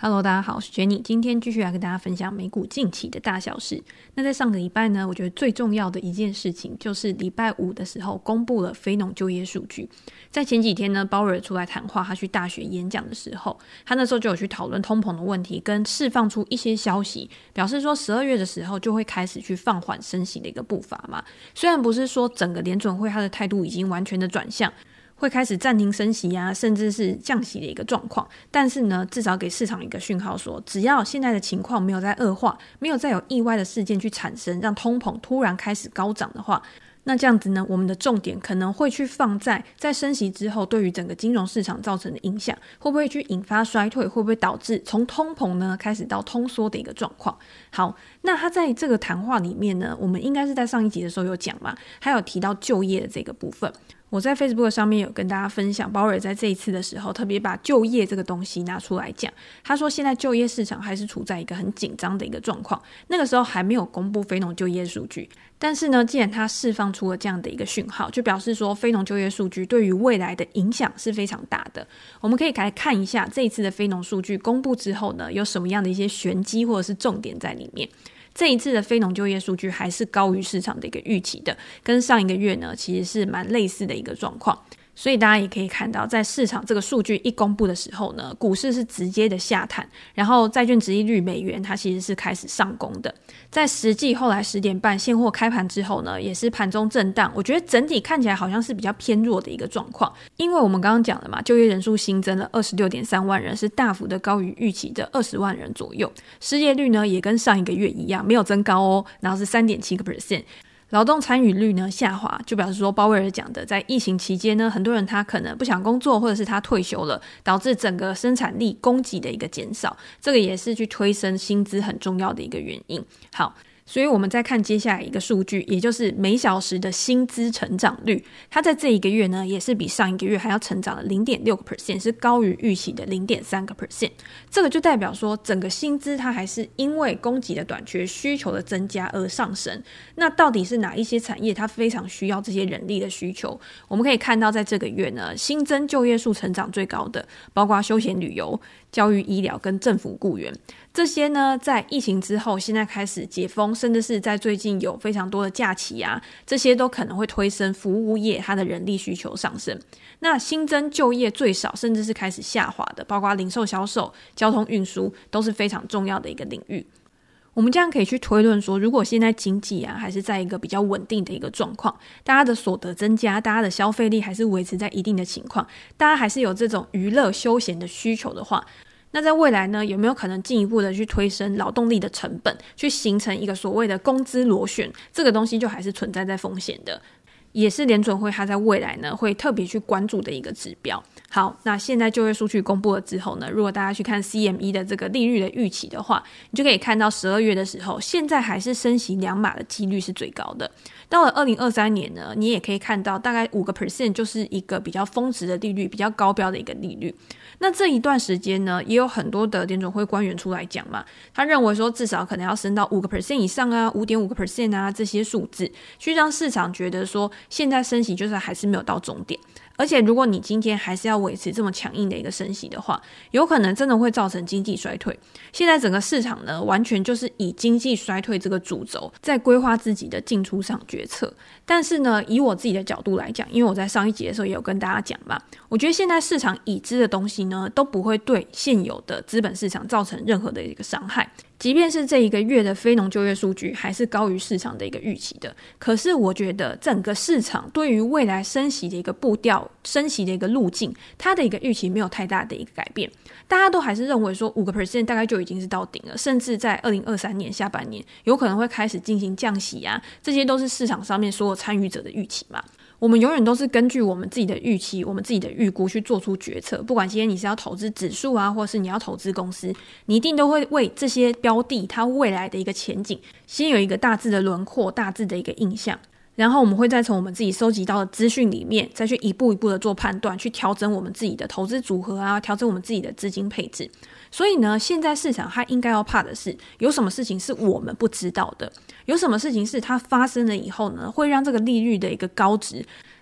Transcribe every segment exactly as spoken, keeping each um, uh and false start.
Hello， 大家好，我是 Jenny， 今天继续来跟大家分享美股近期的大小事。那在上个礼拜呢，我觉得最重要的一件事情就是礼拜五的时候公布了非农就业数据。在前几天呢，鲍威尔出来谈话，他去大学演讲的时候，他那时候就有去讨论通膨的问题，跟释放出一些消息，表示说十二月的时候就会开始去放缓升息的一个步伐嘛。虽然不是说整个联准会他的态度已经完全的转向，会开始暂停升息啊，甚至是降息的一个状况，但是呢，至少给市场一个讯号说，只要现在的情况没有再恶化，没有再有意外的事件去产生，让通膨突然开始高涨的话，那这样子呢，我们的重点可能会去放在在升息之后对于整个金融市场造成的影响，会不会去引发衰退，会不会导致从通膨呢开始到通缩的一个状况。好，那他在这个谈话里面呢，我们应该是在上一集的时候有讲嘛，还有提到就业的这个部分。我在 Facebook 上面有跟大家分享，鲍威尔在这一次的时候特别把就业这个东西拿出来讲。他说现在就业市场还是处在一个很紧张的一个状况，那个时候还没有公布非农就业数据，但是呢，既然他释放出了这样的一个讯号，就表示说非农就业数据对于未来的影响是非常大的。我们可以来看一下这一次的非农数据公布之后呢，有什么样的一些玄机或者是重点在里面。这一次的非农就业数据还是高于市场的一个预期的，跟上一个月呢其实是蛮类似的一个状况。所以大家也可以看到，在市场这个数据一公布的时候呢，股市是直接的下探，然后债券殖利率美元它其实是开始上攻的。在实际后来十点半现货开盘之后呢，也是盘中震荡，我觉得整体看起来好像是比较偏弱的一个状况。因为我们刚刚讲了嘛，就业人数新增了 二十六点三万人，是大幅的高于预期的二十万人左右。失业率呢也跟上一个月一样没有增高哦，然后是 百分之三点七。劳动参与率呢下滑，就表示说鲍威尔讲的，在疫情期间呢，很多人他可能不想工作，或者是他退休了，导致整个生产力供给的一个减少，这个也是去推升薪资很重要的一个原因。好，所以我们再看接下来一个数据，也就是每小时的薪资成长率，它在这一个月呢也是比上一个月还要成长了 百分之零点六， 是高于预期的 百分之零点三。 这个就代表说整个薪资它还是因为供给的短缺，需求的增加而上升。那到底是哪一些产业它非常需要这些人力的需求？我们可以看到在这个月呢，新增就业数成长最高的包括休闲旅游、教育医疗跟政府雇员，这些呢在疫情之后现在开始解封，甚至是在最近有非常多的假期啊，这些都可能会推升服务业它的人力需求上升。那新增就业最少甚至是开始下滑的，包括零售销售、交通运输，都是非常重要的一个领域。我们这样可以去推论说，如果现在经济啊还是在一个比较稳定的一个状况，大家的所得增加，大家的消费力还是维持在一定的情况，大家还是有这种娱乐休闲的需求的话，那在未来呢，有没有可能进一步的去推升劳动力的成本，去形成一个所谓的工资螺旋？这个东西就还是存在在风险的，也是联准会它在未来呢会特别去关注的一个指标。好，那现在就业数据公布了之后呢，如果大家去看 C M E 的这个利率的预期的话，你就可以看到十二月的时候，现在还是升息两码的几率是最高的。到了二零二三年呢，你也可以看到大概 百分之五 就是一个比较峰值的利率，比较高标的一个利率。那这一段时间呢，也有很多的联准会官员出来讲嘛，他认为说至少可能要升到 百分之五 以上啊 五点五 啊这些数字，去让市场觉得说现在升息就是还是没有到终点。而且如果你今天还是要维持这么强硬的一个升息的话，有可能真的会造成经济衰退。现在整个市场呢，完全就是以经济衰退这个主轴在规划自己的进出场决策。但是呢，以我自己的角度来讲，因为我在上一节的时候也有跟大家讲嘛，我觉得现在市场已知的东西呢，都不会对现有的资本市场造成任何的一个伤害。即便是这一个月的非农就业数据还是高于市场的一个预期的，可是我觉得整个市场对于未来升息的一个步调、升息的一个路径，它的一个预期没有太大的一个改变。大家都还是认为说 百分之五 大概就已经是到顶了，甚至在二零二三年下半年有可能会开始进行降息啊，这些都是市场上面所有参与者的预期嘛。我们永远都是根据我们自己的预期，我们自己的预估去做出决策，不管今天你是要投资指数啊，或是你要投资公司，你一定都会为这些标的它未来的一个前景先有一个大致的轮廓，大致的一个印象，然后我们会再从我们自己收集到的资讯里面再去一步一步的做判断，去调整我们自己的投资组合啊，调整我们自己的资金配置。所以呢，现在市场它应该要怕的是有什么事情是我们不知道的，有什么事情是它发生了以后呢，会让这个利率的一个高值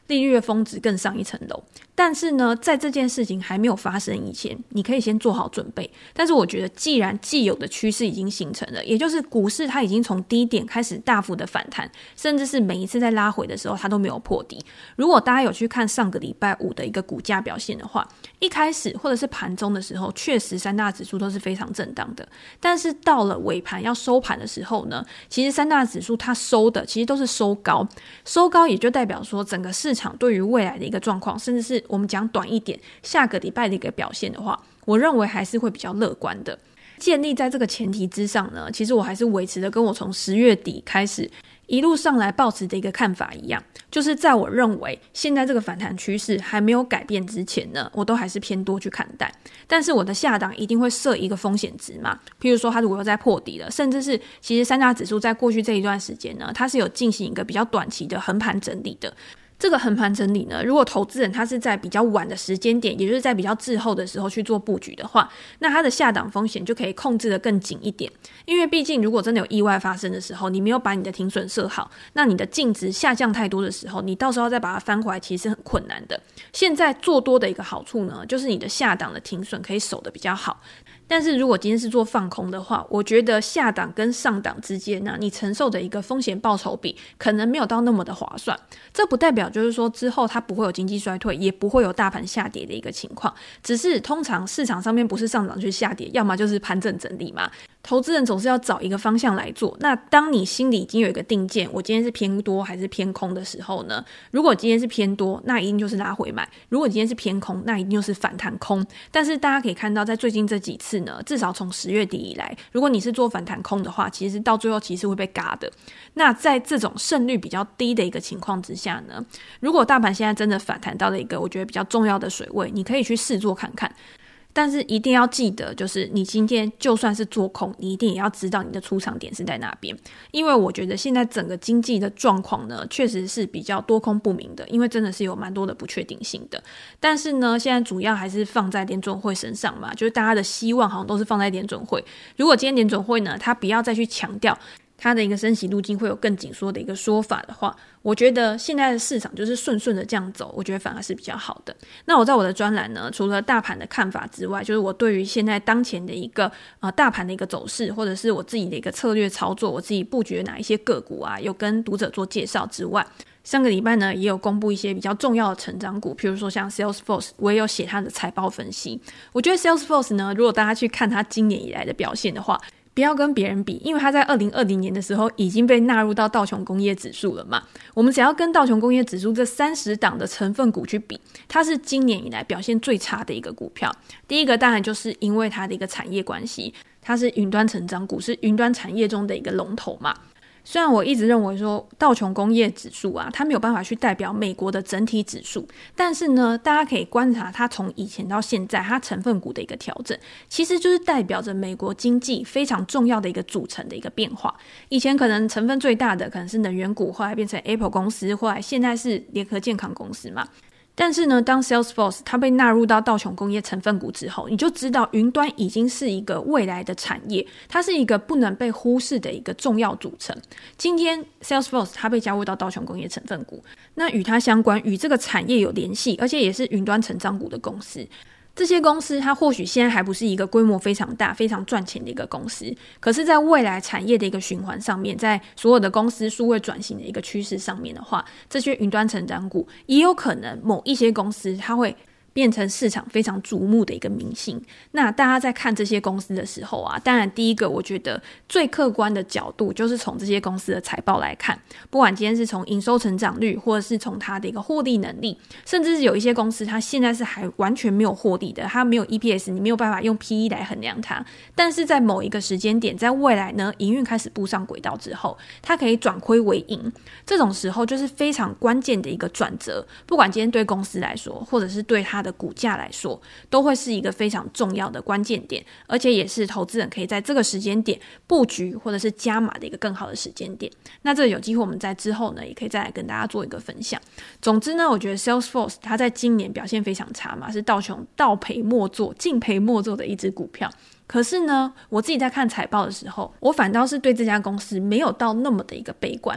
利率的峰值更上一层楼。但是呢，在这件事情还没有发生以前，你可以先做好准备。但是我觉得既然既有的趋势已经形成了，也就是股市它已经从低点开始大幅的反弹，甚至是每一次在拉回的时候它都没有破底。如果大家有去看上个礼拜五的一个股价表现的话，一开始或者是盘中的时候，确实三大指数都是非常震荡的。但是到了尾盘要收盘的时候呢，其实三大指数它收的其实都是收高，收高也就代表说整个市场对于未来的一个状况，甚至是我们讲短一点下个礼拜的一个表现的话，我认为还是会比较乐观的。建立在这个前提之上呢，其实我还是维持的跟我从十月底开始一路上来抱持的一个看法一样，就是在我认为现在这个反弹趋势还没有改变之前呢，我都还是偏多去看待。但是我的下档一定会设一个风险值嘛，譬如说它如果又在破底了，甚至是其实三大指数在过去这一段时间呢，它是有进行一个比较短期的横盘整理的。这个横盘整理呢，如果投资人他是在比较晚的时间点，也就是在比较滞后的时候去做布局的话，那他的下档风险就可以控制得更紧一点。因为毕竟如果真的有意外发生的时候，你没有把你的停损设好，那你的净值下降太多的时候，你到时候再把它翻回来其实很困难的。现在做多的一个好处呢，就是你的下档的停损可以守得比较好。但是如果今天是做放空的话，我觉得下档跟上档之间呢，你承受的一个风险报酬比可能没有到那么的划算。这不代表就是说之后它不会有经济衰退，也不会有大盘下跌的一个情况，只是通常市场上面不是上涨去下跌，要么就是盘整整理嘛。投资人总是要找一个方向来做，那当你心里已经有一个定见，我今天是偏多还是偏空的时候呢，如果今天是偏多，那一定就是拉回买，如果今天是偏空，那一定就是反弹空。但是大家可以看到在最近这几次呢，至少从十月底以来，如果你是做反弹空的话，其实到最后其实会被嘎的。那在这种胜率比较低的一个情况之下呢，如果大盘现在真的反弹到了一个我觉得比较重要的水位，你可以去试做看看。但是一定要记得，就是你今天就算是做空，你一定也要知道你的出场点是在哪边。因为我觉得现在整个经济的状况呢，确实是比较多空不明的，因为真的是有蛮多的不确定性的。但是呢，现在主要还是放在联准会身上嘛，就是大家的希望好像都是放在联准会。如果今天联准会呢，他不要再去强调它的一个升息路径会有更紧缩的一个说法的话，我觉得现在的市场就是顺顺的这样走，我觉得反而是比较好的。那我在我的专栏呢，除了大盘的看法之外，就是我对于现在当前的一个呃大盘的一个走势，或者是我自己的一个策略操作，我自己布局的哪一些个股啊，有跟读者做介绍之外，上个礼拜呢也有公布一些比较重要的成长股，譬如说像 Salesforce， 我也有写它的财报分析。我觉得 Salesforce 呢，如果大家去看它今年以来的表现的话，不要跟别人比，因为它在二零二零年的时候已经被纳入到道琼工业指数了嘛。我们只要跟道琼工业指数这三十档的成分股去比，它是今年以来表现最差的一个股票。第一个当然就是因为它的一个产业关系，它是云端成长股，是云端产业中的一个龙头嘛。虽然我一直认为说道琼工业指数啊，它没有办法去代表美国的整体指数，但是呢，大家可以观察它从以前到现在它成分股的一个调整，其实就是代表着美国经济非常重要的一个组成的一个变化。以前可能成分最大的可能是能源股，后来变成 Apple 公司，后来现在是联合健康公司嘛。但是呢，当 Salesforce 它被纳入到道琼工业成分股之后，你就知道云端已经是一个未来的产业，它是一个不能被忽视的一个重要组成。今天 Salesforce 它被加入到道琼工业成分股，那与它相关，与这个产业有联系，而且也是云端成长股的公司。这些公司它或许现在还不是一个规模非常大非常赚钱的一个公司，可是在未来产业的一个循环上面，在所有的公司数位转型的一个趋势上面的话，这些云端成长股也有可能某一些公司它会变成市场非常瞩目的一个明星。那大家在看这些公司的时候啊，当然第一个我觉得最客观的角度就是从这些公司的财报来看，不管今天是从营收成长率，或者是从它的一个获利能力，甚至是有一些公司它现在是还完全没有获利的，它没有 E P S， 你没有办法用 P E 来衡量它，但是在某一个时间点，在未来呢营运开始步上轨道之后，它可以转亏为盈，这种时候就是非常关键的一个转折，不管今天对公司来说，或者是对它的股价来说，都会是一个非常重要的关键点，而且也是投资人可以在这个时间点布局或者是加码的一个更好的时间点。那这有机会我们在之后呢也可以再来跟大家做一个分享。总之呢，我觉得 Salesforce 它在今年表现非常差嘛，是道琼倒赔莫做净赔莫做的一只股票。可是呢，我自己在看财报的时候，我反倒是对这家公司没有到那么的一个悲观。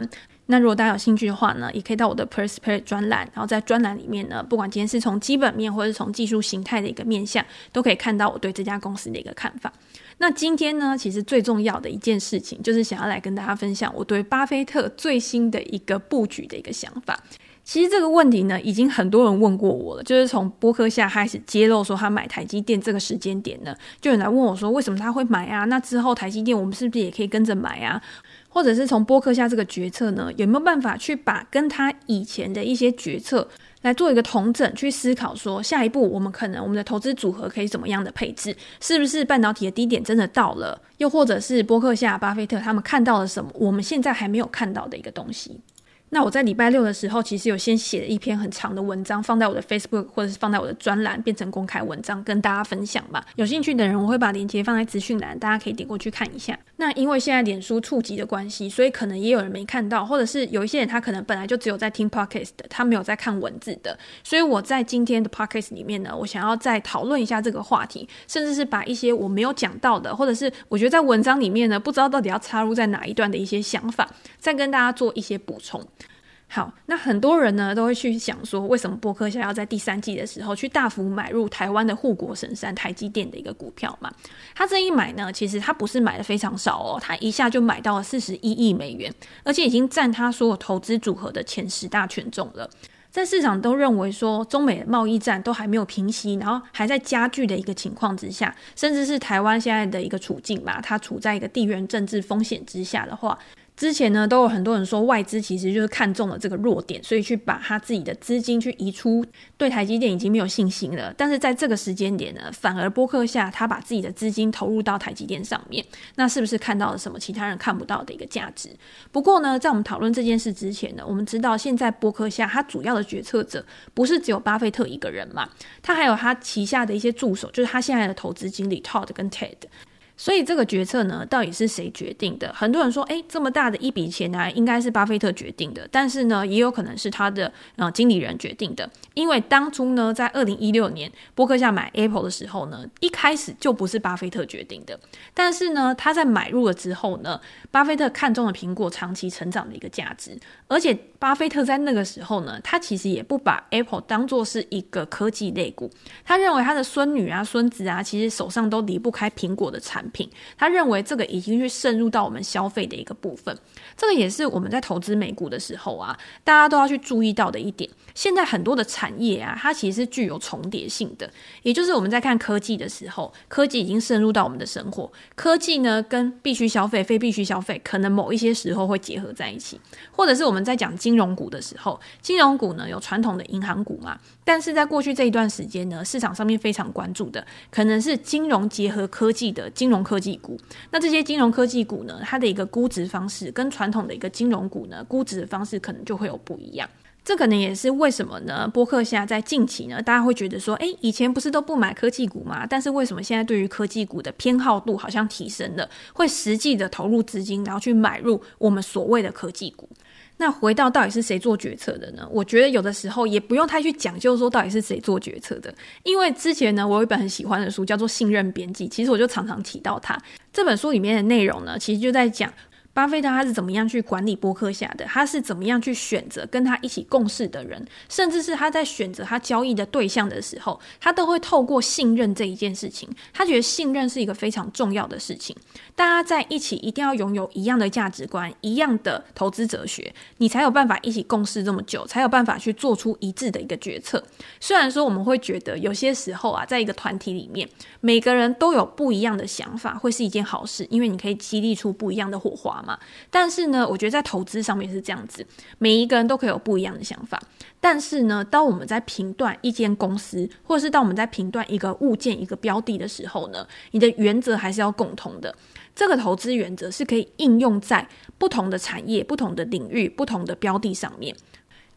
那如果大家有兴趣的话呢，也可以到我的 Perspire 专栏，然后在专栏里面呢，不管今天是从基本面或者是从技术形态的一个面向，都可以看到我对这家公司的一个看法。那今天呢，其实最重要的一件事情就是想要来跟大家分享我对巴菲特最新的一个布局的一个想法。其实这个问题呢，已经很多人问过我了，就是从波克夏开始揭露说他买台积电这个时间点呢，就有人来问我说为什么他会买啊？那之后台积电我们是不是也可以跟着买啊？或者是从波克夏这个决策呢，有没有办法去把跟他以前的一些决策来做一个统整，去思考说下一步我们可能我们的投资组合可以怎么样的配置，是不是半导体的低点真的到了，又或者是波克夏、巴菲特他们看到了什么我们现在还没有看到的一个东西。那我在礼拜六的时候其实有先写了一篇很长的文章放在我的 Facebook 或者是放在我的专栏变成公开文章跟大家分享吧，有兴趣的人我会把链接放在资讯栏，大家可以点过去看一下。那因为现在脸书触及的关系，所以可能也有人没看到，或者是有一些人他可能本来就只有在听 Podcast 的，他没有在看文字的，所以我在今天的 Podcast 里面呢，我想要再讨论一下这个话题，甚至是把一些我没有讲到的，或者是我觉得在文章里面呢不知道到底要插入在哪一段的一些想法，再跟大家做一些补充。好，那很多人呢都会去想说，为什么波克夏要在第三季的时候去大幅买入台湾的护国神山台积电的一个股票嘛？他这一买呢，其实他不是买的非常少哦，他一下就买到了四十一亿美元，而且已经占他所有投资组合的前十大权重了。在市场都认为说中美贸易战都还没有平息，然后还在加剧的一个情况之下，甚至是台湾现在的一个处境嘛，它处在一个地缘政治风险之下的话，之前呢都有很多人说外资其实就是看中了这个弱点，所以去把他自己的资金去移出，对台积电已经没有信心了。但是在这个时间点呢，反而波克夏他把自己的资金投入到台积电上面，那是不是看到了什么其他人看不到的一个价值？不过呢，在我们讨论这件事之前呢，我们知道现在波克夏他主要的决策者不是只有巴菲特一个人嘛，他还有他旗下的一些助手，就是他现在的投资经理 Todd 跟 Ted。所以这个决策呢，到底是谁决定的？很多人说，诶，这么大的一笔钱呢、啊，应该是巴菲特决定的，但是呢，也有可能是他的呃经理人决定的。因为当初呢，在二零一六年波克夏买 Apple 的时候呢，一开始就不是巴菲特决定的，但是呢，他在买入了之后呢，巴菲特看中了苹果长期成长的一个价值，而且巴菲特在那个时候呢，他其实也不把 Apple 当作是一个科技类股，他认为他的孙女啊、孙子啊，其实手上都离不开苹果的产品，他认为这个已经去渗入到我们消费的一个部分。这个也是我们在投资美股的时候啊，大家都要去注意到的一点。现在很多的产业啊，它其实是具有重叠性的，也就是我们在看科技的时候，科技已经渗入到我们的生活，科技呢跟必须消费、非必须消费可能某一些时候会结合在一起。或者是我们在讲金融股的时候，金融股呢有传统的银行股嘛，但是在过去这一段时间呢，市场上面非常关注的可能是金融结合科技的金融科技股。那这些金融科技股呢，它的一个估值方式跟传统的一个金融股呢，估值的方式可能就会有不一样。这可能也是为什么呢，波克夏在近期呢，大家会觉得说，诶，以前不是都不买科技股吗？但是为什么现在对于科技股的偏好度好像提升了，会实际的投入资金，然后去买入我们所谓的科技股。那回到到底是谁做决策的呢？我觉得有的时候也不用太去讲究说到底是谁做决策的，因为之前呢，我有一本很喜欢的书叫做《信任边际》，其实我就常常提到它。这本书里面的内容呢，其实就在讲巴菲特他是怎么样去管理波克夏的，他是怎么样去选择跟他一起共事的人，甚至是他在选择他交易的对象的时候，他都会透过信任这一件事情。他觉得信任是一个非常重要的事情，大家在一起一定要拥有一样的价值观，一样的投资哲学，你才有办法一起共事这么久，才有办法去做出一致的一个决策。虽然说我们会觉得有些时候啊，在一个团体里面每个人都有不一样的想法会是一件好事，因为你可以激励出不一样的火花嘛。但是呢，我觉得在投资上面是这样子，每一个人都可以有不一样的想法，但是呢，当我们在评断一间公司，或者是当我们在评断一个物件、一个标的的时候呢，你的原则还是要共同的。这个投资原则是可以应用在不同的产业、不同的领域、不同的标的上面。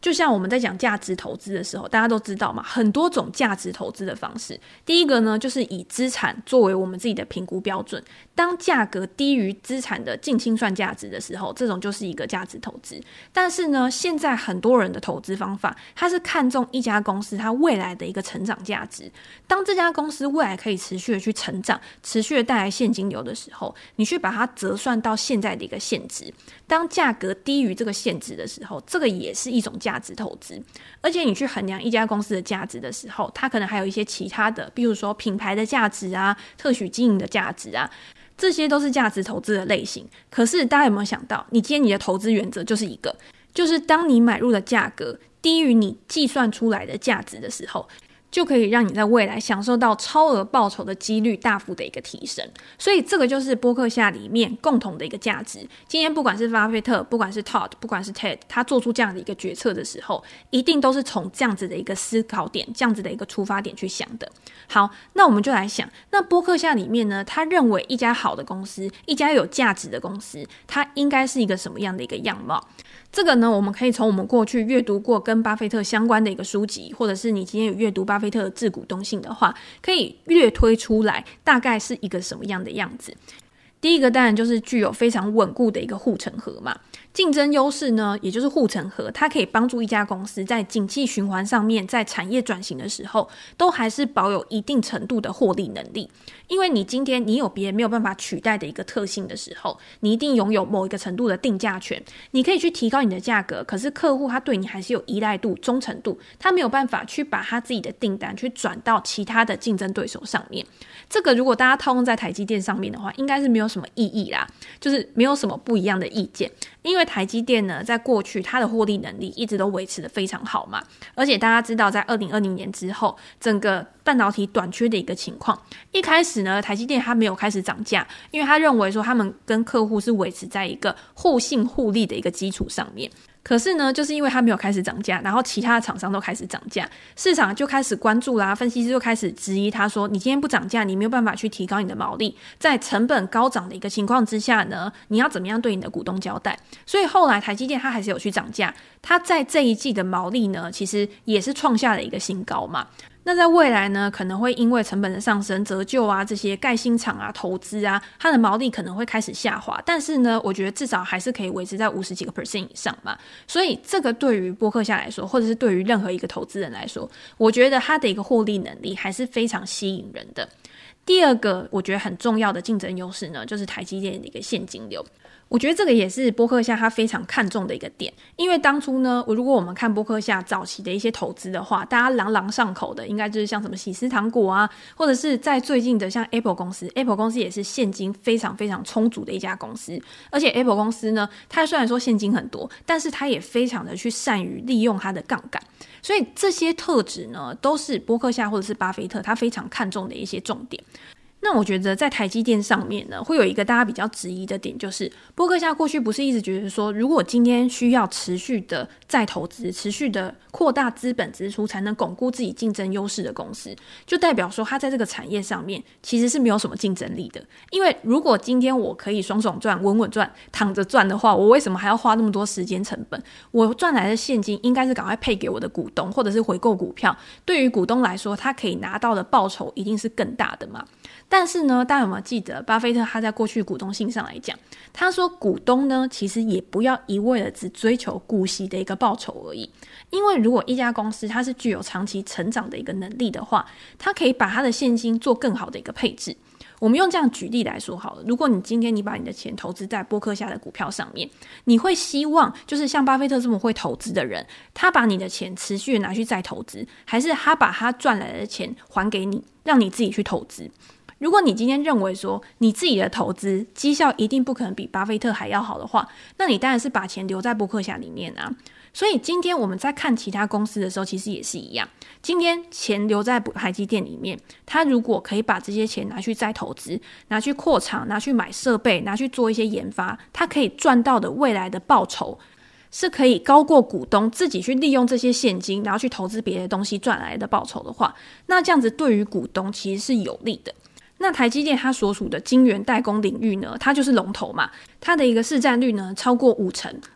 就像我们在讲价值投资的时候，大家都知道嘛，很多种价值投资的方式。第一个呢，就是以资产作为我们自己的评估标准，当价格低于资产的净清算价值的时候，这种就是一个价值投资。但是呢，现在很多人的投资方法，它是看重一家公司它未来的一个成长价值。当这家公司未来可以持续的去成长，持续的带来现金流的时候，你去把它折算到现在的一个现值。当价格低于这个现值的时候，这个也是一种价值投资。而且你去衡量一家公司的价值的时候，它可能还有一些其他的，比如说品牌的价值啊，特许经营的价值啊，这些都是价值投资的类型。可是大家有没有想到，你今天你的投资原则就是一个，就是当你买入的价格低于你计算出来的价值的时候，就可以让你在未来享受到超额报酬的几率大幅的一个提升。所以这个就是波克夏里面共同的一个价值。今天不管是巴菲特，不管是 Todd， 不管是 Ted， 他做出这样的一个决策的时候，一定都是从这样子的一个思考点，这样子的一个出发点去想的。好，那我们就来想，那波克夏里面呢，他认为一家好的公司，一家有价值的公司，它应该是一个什么样的一个样貌？这个呢，我们可以从我们过去阅读过跟巴菲特相关的一个书籍，或者是你今天有阅读巴菲特的致股东信的话，可以略推出来大概是一个什么样的样子。第一个当然就是具有非常稳固的一个护城河嘛。竞争优势呢，也就是护城河，它可以帮助一家公司在景气循环上面，在产业转型的时候，都还是保有一定程度的获利能力。因为你今天你有别人没有办法取代的一个特性的时候，你一定拥有某一个程度的定价权，你可以去提高你的价格，可是客户他对你还是有依赖度、忠诚度，他没有办法去把他自己的订单去转到其他的竞争对手上面。这个如果大家套用在台积电上面的话，应该是没有什么意义啦，就是没有什么不一样的意见。因为台积电呢，在过去它的获利能力一直都维持得非常好嘛，而且大家知道，在二零二零年之后，整个半导体短缺的一个情况，一开始呢，台积电它没有开始涨价，因为他认为说他们跟客户是维持在一个互信互利的一个基础上面。可是呢，就是因为它没有开始涨价，然后其他的厂商都开始涨价，市场就开始关注啦，分析师就开始质疑他说，你今天不涨价，你没有办法去提高你的毛利，在成本高涨的一个情况之下呢，你要怎么样对你的股东交代？所以后来台积电它还是有去涨价，它在这一季的毛利呢，其实也是创下了一个新高嘛。那在未来呢，可能会因为成本的上升、折旧啊，这些盖新厂啊、投资啊，它的毛利可能会开始下滑。但是呢，我觉得至少还是可以维持在五十几个 percent 以上嘛。所以这个对于波克夏来说，或者是对于任何一个投资人来说，我觉得它的一个获利能力还是非常吸引人的。第二个我觉得很重要的竞争优势呢，就是台积电的一个现金流。我觉得这个也是波克夏他非常看重的一个点，因为当初呢，如果我们看波克夏早期的一些投资的话，大家朗朗上口的应该就是像什么喜思糖果啊，或者是在最近的像 Apple 公司 Apple 公司也是现金非常非常充足的一家公司，而且 Apple 公司呢，它虽然说现金很多，但是它也非常的去善于利用它的杠杆，所以这些特质呢，都是波克夏或者是巴菲特他非常看重的一些重点。那我觉得在台积电上面呢，会有一个大家比较质疑的点，就是波克夏过去不是一直觉得说，如果今天需要持续的再投资，持续的扩大资本支出才能巩固自己竞争优势的公司，就代表说它在这个产业上面其实是没有什么竞争力的。因为如果今天我可以爽爽赚、稳稳赚、躺着赚的话，我为什么还要花那么多时间成本？我赚来的现金应该是赶快配给我的股东，或者是回购股票，对于股东来说，他可以拿到的报酬一定是更大的嘛。但是呢，大家有没有记得巴菲特他在过去股东信上来讲，他说股东呢其实也不要一味的只追求股息的一个报酬而已，因为如果一家公司它是具有长期成长的一个能力的话，它可以把它的现金做更好的一个配置。我们用这样举例来说好了，如果你今天你把你的钱投资在波克夏的股票上面，你会希望就是像巴菲特这么会投资的人，他把你的钱持续的拿去再投资，还是他把他赚来的钱还给你，让你自己去投资？如果你今天认为说你自己的投资绩效一定不可能比巴菲特还要好的话，那你当然是把钱留在波克夏里面啊。所以今天我们在看其他公司的时候，其实也是一样。今天钱留在台积电里面，他如果可以把这些钱拿去再投资，拿去扩厂，拿去买设备，拿去做一些研发，他可以赚到的未来的报酬是可以高过股东自己去利用这些现金然后去投资别的东西赚来的报酬的话，那这样子对于股东其实是有利的。那台积电它所属的晶圆代工领域呢，它就是龙头嘛，它的一个市占率呢超过五成，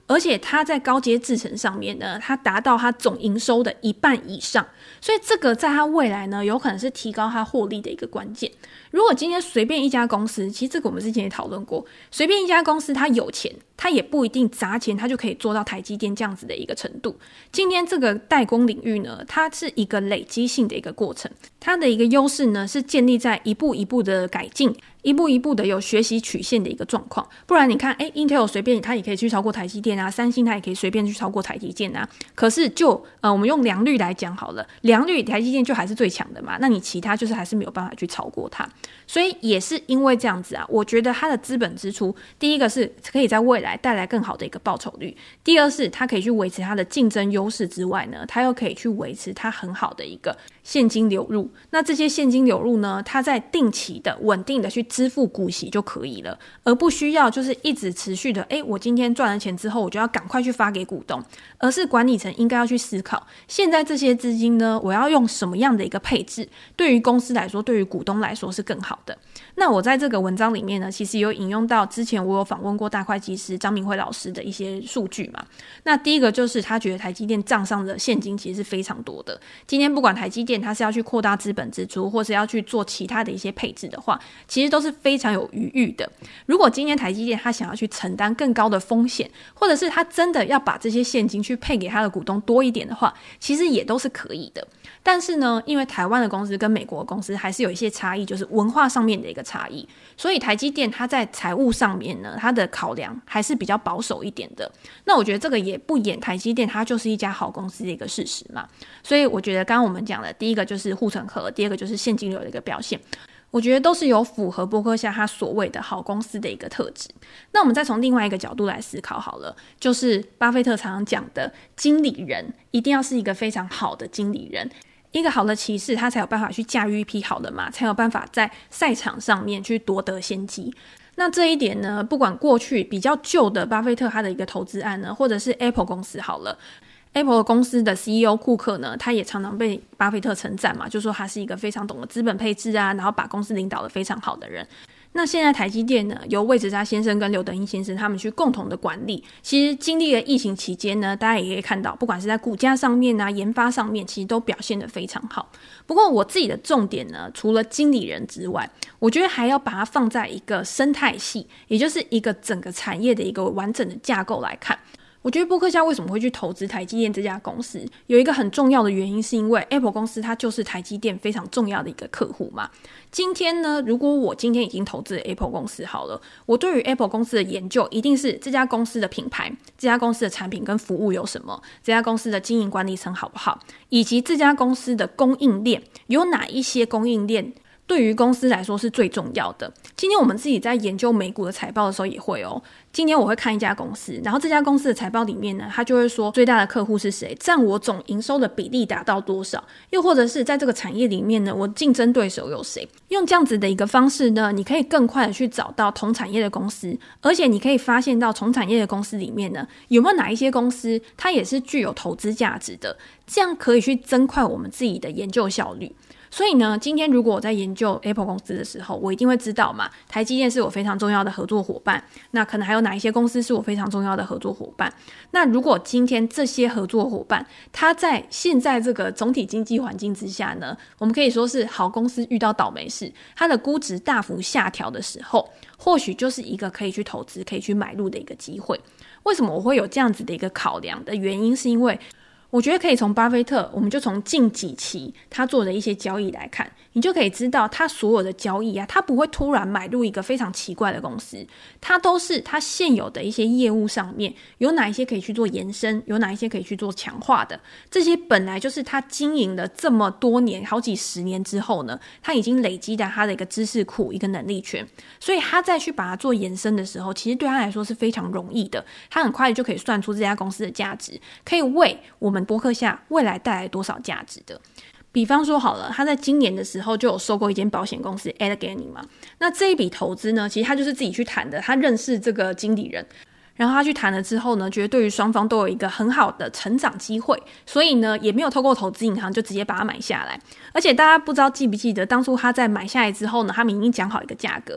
而且它在高阶制程上面呢，它达到它总营收的一半以上，所以这个在它未来呢，有可能是提高它获利的一个关键。如果今天随便一家公司，其实这个我们之前也讨论过，随便一家公司它有钱，它也不一定砸钱它就可以做到台积电这样子的一个程度。今天这个代工领域呢，它是一个累积性的一个过程，它的一个优势呢是建立在一步一步的改进，一步一步的有学习曲线的一个状况。不然你看诶 Intel 随便它也可以去超过台积电啊，三星它也可以随便去超过台积电啊，可是就呃我们用良率来讲好了，良率台积电就还是最强的嘛，那你其他就是还是没有办法去超过它。所以也是因为这样子啊，我觉得它的资本支出，第一个是可以在未来带来更好的一个报酬率，第二是它可以去维持它的竞争优势之外呢，它又可以去维持它很好的一个现金流入。那这些现金流入呢，它在定期的稳定的去支付股息就可以了，而不需要就是一直持续的诶我今天赚了钱之后我就要赶快去发给股东，而是管理层应该要去思考，现在这些资金呢，我要用什么样的一个配置，对于公司来说，对于股东来说是更好的。那我在这个文章里面呢，其实有引用到之前我有访问过大会计师张明辉老师的一些数据嘛。那第一个就是他觉得台积电账上的现金其实是非常多的，今天不管台积电他是要去扩大资本支出，或是要去做其他的一些配置的话，其实都是非常有余裕的。如果今天台积电他想要去承担更高的风险，或者是他真的要把这些现金去配给他的股东多一点的话，其实也都是可以的。但是呢，因为台湾的公司跟美国的公司还是有一些差异，就是文化上面的一个差异，所以台积电它在财务上面呢，它的考量还是比较保守一点的。那我觉得这个也不掩台积电它就是一家好公司的一个事实嘛。所以我觉得刚刚我们讲的第一个就是护城河，第二个就是现金流的一个表现，我觉得都是有符合波克夏他所谓的好公司的一个特质。那我们再从另外一个角度来思考好了，就是巴菲特常常讲的经理人一定要是一个非常好的经理人，一个好的骑士他才有办法去驾驭一匹好的马，才有办法在赛场上面去夺得先机。那这一点呢，不管过去比较旧的巴菲特他的一个投资案呢，或者是 Apple 公司好了， Apple 公司的 C E O 库克呢，他也常常被巴菲特称赞嘛，就说他是一个非常懂得资本配置啊，然后把公司领导得非常好的人。那现在台积电呢，由魏哲家先生跟刘德英先生他们去共同的管理，其实经历了疫情期间呢，大家也可以看到，不管是在股价上面啊，研发上面，其实都表现得非常好。不过我自己的重点呢，除了经理人之外，我觉得还要把它放在一个生态系，也就是一个整个产业的一个完整的架构来看。我觉得波克夏为什么会去投资台积电这家公司，有一个很重要的原因，是因为 Apple 公司它就是台积电非常重要的一个客户嘛。今天呢，如果我今天已经投资了 Apple 公司好了，我对于 Apple 公司的研究一定是这家公司的品牌，这家公司的产品跟服务有什么，这家公司的经营管理层好不好，以及这家公司的供应链有哪一些供应链对于公司来说是最重要的。今天我们自己在研究美股的财报的时候也会哦，今天我会看一家公司，然后这家公司的财报里面呢，它就会说最大的客户是谁，占我总营收的比例达到多少，又或者是在这个产业里面呢，我竞争对手有谁。用这样子的一个方式呢，你可以更快的去找到同产业的公司，而且你可以发现到同产业的公司里面呢，有没有哪一些公司它也是具有投资价值的，这样可以去增快我们自己的研究效率。所以呢，今天如果我在研究 Apple 公司的时候，我一定会知道嘛，台积电是我非常重要的合作伙伴，那可能还有哪一些公司是我非常重要的合作伙伴。那如果今天这些合作伙伴它在现在这个总体经济环境之下呢，我们可以说是好公司遇到倒霉事，它的估值大幅下调的时候，或许就是一个可以去投资可以去买入的一个机会。为什么我会有这样子的一个考量的原因，是因为我觉得可以从巴菲特，我们就从近几期他做的一些交易来看，你就可以知道他所有的交易啊，他不会突然买入一个非常奇怪的公司，他都是他现有的一些业务上面有哪一些可以去做延伸，有哪一些可以去做强化的，这些本来就是他经营了这么多年好几十年之后呢，他已经累积到他的一个知识库，一个能力圈，所以他再去把它做延伸的时候，其实对他来说是非常容易的，他很快就可以算出这家公司的价值，可以为我们波克夏未来带来多少价值的。比方说好了，他在今年的时候就有收购一间保险公司 Allegheny 嘛，那这一笔投资呢，其实他就是自己去谈的，他认识这个经理人，然后他去谈了之后呢，觉得对于双方都有一个很好的成长机会，所以呢也没有透过投资银行就直接把它买下来。而且大家不知道记不记得，当初他在买下来之后呢，他们已经讲好一个价格，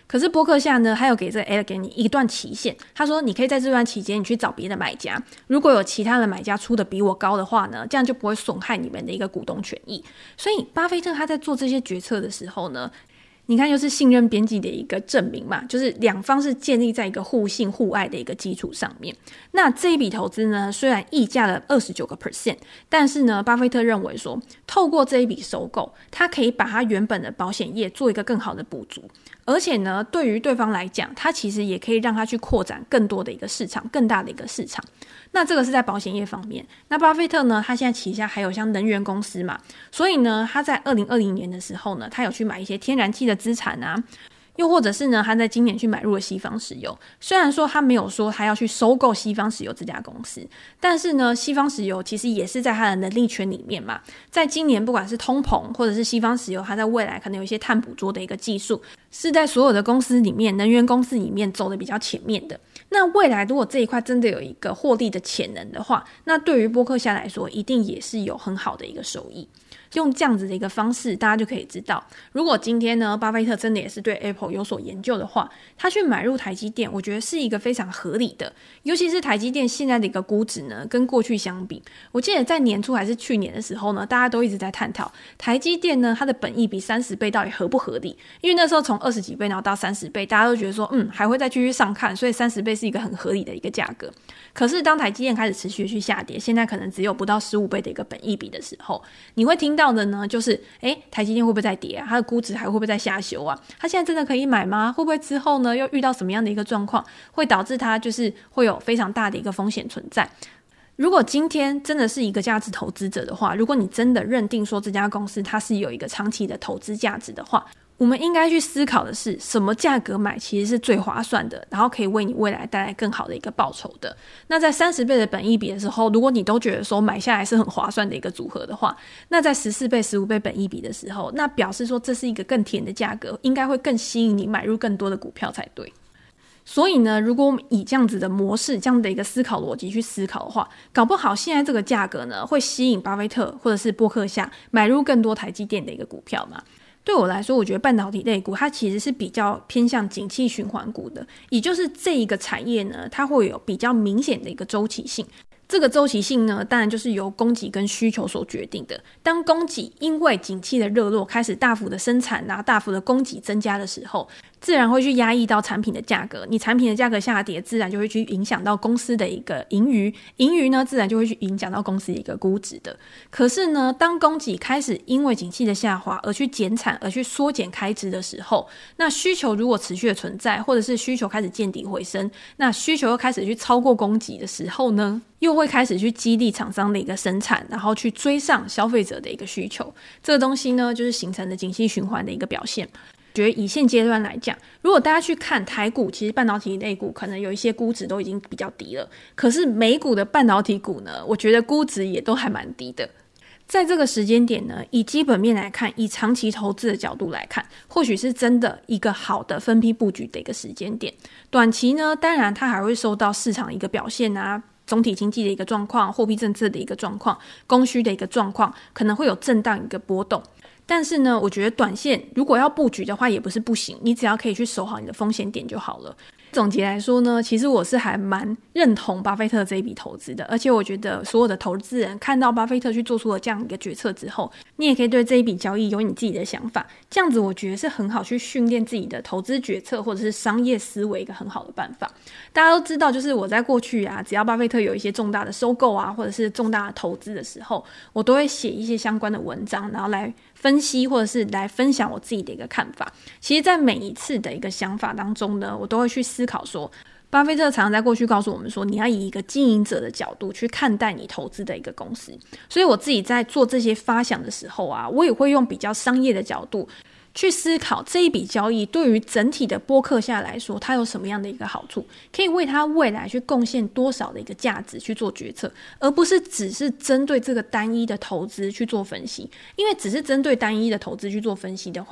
可是波克夏呢，他有给这个 Alex 给你一段期限，他说你可以在这段期间你去找别的买家，如果有其他的买家出的比我高的话呢，这样就不会损害你们的一个股东权益。所以巴菲特他在做这些决策的时候呢，你看又是信任边际的一个证明嘛，就是两方是建立在一个互信互爱的一个基础上面。那这一笔投资呢，虽然溢价了 百分之二十九， 但是呢巴菲特认为说，透过这一笔收购，他可以把他原本的保险业做一个更好的补足，而且呢对于对方来讲，他其实也可以让他去扩展更多的一个市场，更大的一个市场。那这个是在保险业方面。那巴菲特呢，他现在旗下还有像能源公司嘛，所以呢他在二零二零年的时候呢，他有去买一些天然气的资产啊，又或者是呢他在今年去买入了西方石油。虽然说他没有说他要去收购西方石油这家公司，但是呢西方石油其实也是在他的能力圈里面嘛。在今年不管是通膨或者是西方石油，他在未来可能有一些碳捕捉的一个技术，是在所有的公司里面，能源公司里面走的比较前面的。那未来如果这一块真的有一个获利的潜能的话，那对于波克夏来说一定也是有很好的一个收益。用这样子的一个方式，大家就可以知道，如果今天呢巴菲特真的也是对 Apple 有所研究的话，他去买入台积电，我觉得是一个非常合理的。尤其是台积电现在的一个估值呢，跟过去相比，我记得在年初还是去年的时候呢，大家都一直在探讨台积电呢它的本益比三十倍到底合不合理。因为那时候从二十几倍然后到三十倍，大家都觉得说嗯还会再继续上看，所以三十倍是一个很合理的一个价格。可是当台积电开始持续去下跌，现在可能只有不到十五倍的一个本益比的时候，你会听到的呢就是诶台积电会不会再跌啊，它的估值还会不会再下修啊，它现在真的可以买吗？会不会之后呢又遇到什么样的一个状况，会导致它就是会有非常大的一个风险存在。如果今天真的是一个价值投资者的话，如果你真的认定说这家公司它是有一个长期的投资价值的话，我们应该去思考的是什么价格买其实是最划算的，然后可以为你未来带来更好的一个报酬的。那在三十倍的本益比的时候，如果你都觉得说买下来是很划算的一个组合的话，那在十四倍十五倍本益比的时候，那表示说这是一个更甜的价格，应该会更吸引你买入更多的股票才对。所以呢，如果我们以这样子的模式，这样的一个思考逻辑去思考的话，搞不好现在这个价格呢会吸引巴菲特或者是波克夏买入更多台积电的一个股票嘛。对我来说，我觉得半导体类股它其实是比较偏向景气循环股的，也就是这一个产业呢，它会有比较明显的一个周期性。这个周期性呢，当然就是由供给跟需求所决定的。当供给因为景气的热络开始大幅的生产啊，大幅的供给增加的时候，自然会去压抑到产品的价格，你产品的价格下跌，自然就会去影响到公司的一个盈余，盈余呢自然就会去影响到公司的一个估值的。可是呢，当供给开始因为景气的下滑而去减产，而去缩减开支的时候，那需求如果持续的存在，或者是需求开始见底回升，那需求又开始去超过供给的时候呢，又会开始去激励厂商的一个生产，然后去追上消费者的一个需求。这个东西呢，就是形成的景气循环的一个表现。觉得以现阶段来讲，如果大家去看台股，其实半导体类股可能有一些估值都已经比较低了，可是美股的半导体股呢，我觉得估值也都还蛮低的。在这个时间点呢，以基本面来看，以长期投资的角度来看，或许是真的一个好的分批布局的一个时间点。短期呢，当然它还会受到市场的一个表现啊，总体经济的一个状况，货币政策的一个状况，供需的一个状况，可能会有震荡一个波动。但是呢，我觉得短线如果要布局的话也不是不行，你只要可以去守好你的风险点就好了。总结来说呢，其实我是还蛮认同巴菲特这一笔投资的，而且我觉得所有的投资人看到巴菲特去做出了这样一个决策之后，你也可以对这一笔交易有你自己的想法，这样子我觉得是很好去训练自己的投资决策或者是商业思维一个很好的办法。大家都知道，就是我在过去啊，只要巴菲特有一些重大的收购啊，或者是重大的投资的时候，我都会写一些相关的文章，然后来分析或者是来分享我自己的一个看法。其实在每一次的一个想法当中呢，我都会去思考说，巴菲特常常在过去告诉我们说，你要以一个经营者的角度去看待你投资的一个公司。所以我自己在做这些发想的时候啊，我也会用比较商业的角度去思考这一笔交易对于整体的波克夏来说，它有什么样的一个好处，可以为它未来去贡献多少的一个价值去做决策，而不是只是针对这个单一的投资去做分析。因为只是针对单一的投资去做分析的话，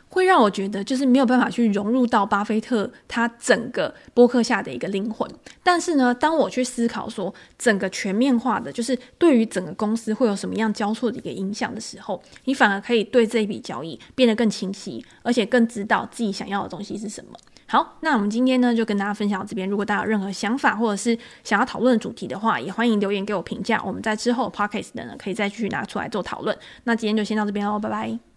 会让我觉得就是没有办法去融入到巴菲特他整个播客下的一个灵魂。但是呢，当我去思考说整个全面化的就是对于整个公司会有什么样交错的一个影响的时候，你反而可以对这一笔交易变得更清晰，而且更知道自己想要的东西是什么。好，那我们今天呢就跟大家分享到这边，如果大家有任何想法或者是想要讨论的主题的话，也欢迎留言给我评价，我们在之后 Podcast 的呢可以再继续拿出来做讨论。那今天就先到这边咯，拜拜。